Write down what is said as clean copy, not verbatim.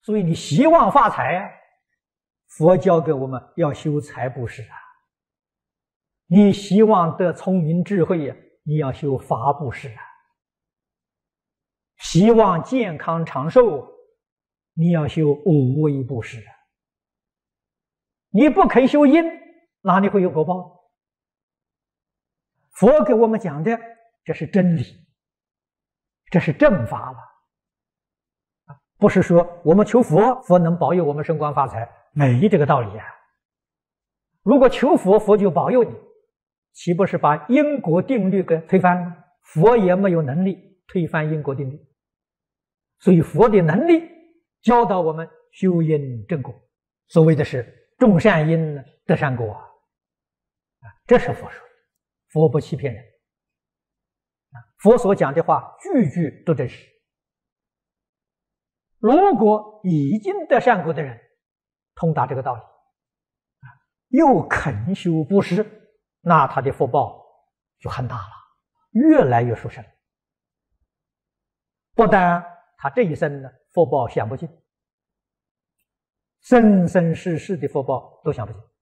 所以你希望发财啊，佛教给我们要修财布施啊。你希望得聪明智慧呀，你要修法布施啊。希望健康长寿，你要修无为布施啊。你不肯修因，哪里会有果报？佛给我们讲的，这是真理，这是正法了。不是说我们求佛，佛能保佑我们升官发财，没这个道理啊。如果求佛，佛就保佑你，岂不是把因果定律给推翻了？佛也没有能力推翻因果定律，所以佛的能力教导我们修因正果，所谓的是种善因得善果啊，这是佛说的，佛不欺骗人啊，佛所讲的话句句都真实。如果已经得善果的人通达这个道理，又肯修布施，那他的福报就很大了，越来越殊胜。不但他这一生呢福报享不尽，生生世世的福报都享不尽。